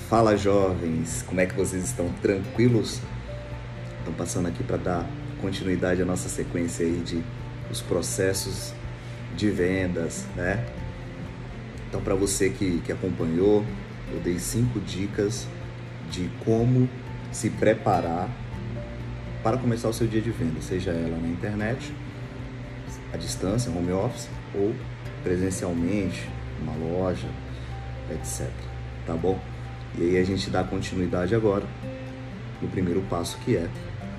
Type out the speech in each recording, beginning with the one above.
Fala jovens, como é que vocês estão? Tranquilos? Estão passando aqui para dar continuidade à nossa sequência aí de os processos de vendas, né? Então, para você que acompanhou, eu dei 5 dicas de como se preparar para começar o seu dia de venda, seja ela na internet, à distância, home office, ou presencialmente, numa loja, etc. Tá bom? E aí a gente dá continuidade agora no primeiro passo, que é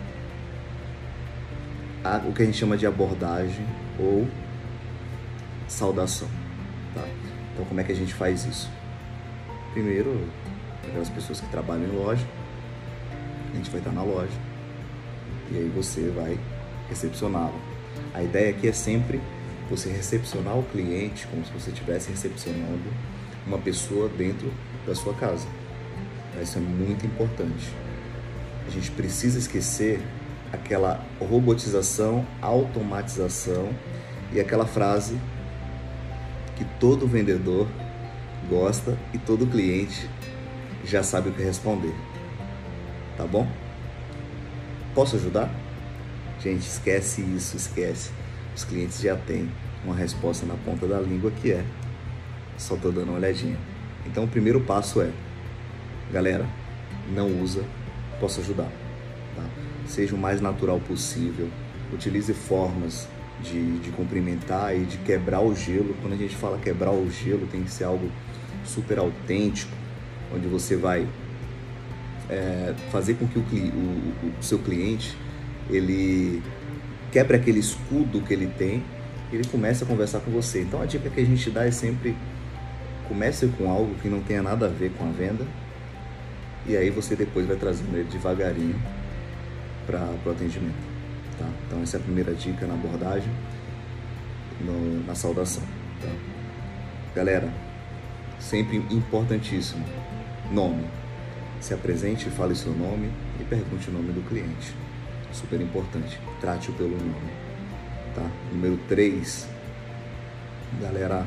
o que a gente chama de abordagem ou saudação, tá? Então, como é que a gente faz isso? Primeiro, aquelas pessoas que trabalham em loja, a gente vai estar na loja e aí você vai recepcioná-lo. A ideia aqui é sempre você recepcionar o cliente como se você estivesse recepcionando uma pessoa dentro da sua casa. Isso é muito importante. A gente precisa esquecer aquela robotização, automatização e aquela frase que todo vendedor gosta e todo cliente já sabe o que responder. Tá bom? Posso ajudar? Gente, esquece isso, esquece. Os clientes já têm uma resposta na ponta da língua, que é: só tô dando uma olhadinha. Então o primeiro passo é: galera, não usa, posso ajudar, tá? Seja o mais natural possível, utilize formas de cumprimentar e de quebrar o gelo. Quando a gente fala quebrar o gelo, tem que ser algo super autêntico, onde você vai fazer com que o seu cliente, ele quebre aquele escudo que ele tem e ele comece a conversar com você. Então a dica que a gente dá é sempre: comece com algo que não tenha nada a ver com a venda, e aí você depois vai trazendo ele devagarinho para o atendimento, tá? Então essa é a primeira dica na abordagem, na saudação, tá? Galera, sempre importantíssimo: nome. Se apresente, fale seu nome e pergunte o nome do cliente. Super importante, trate-o pelo nome, tá? Número 3, galera,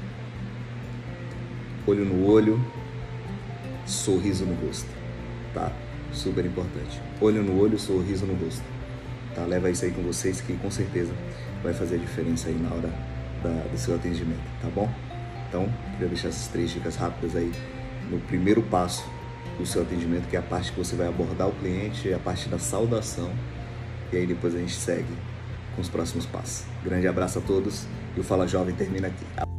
olho no olho, sorriso no rosto, tá? Super importante. Olho no olho, sorriso no rosto, tá? Leva isso aí com vocês, que com certeza vai fazer a diferença aí na hora do seu atendimento, tá bom? Então, queria deixar essas 3 dicas rápidas aí no primeiro passo do seu atendimento, que é a parte que você vai abordar o cliente, é a parte da saudação, e aí depois a gente segue com os próximos passos. Grande abraço a todos e o Fala Jovem termina aqui.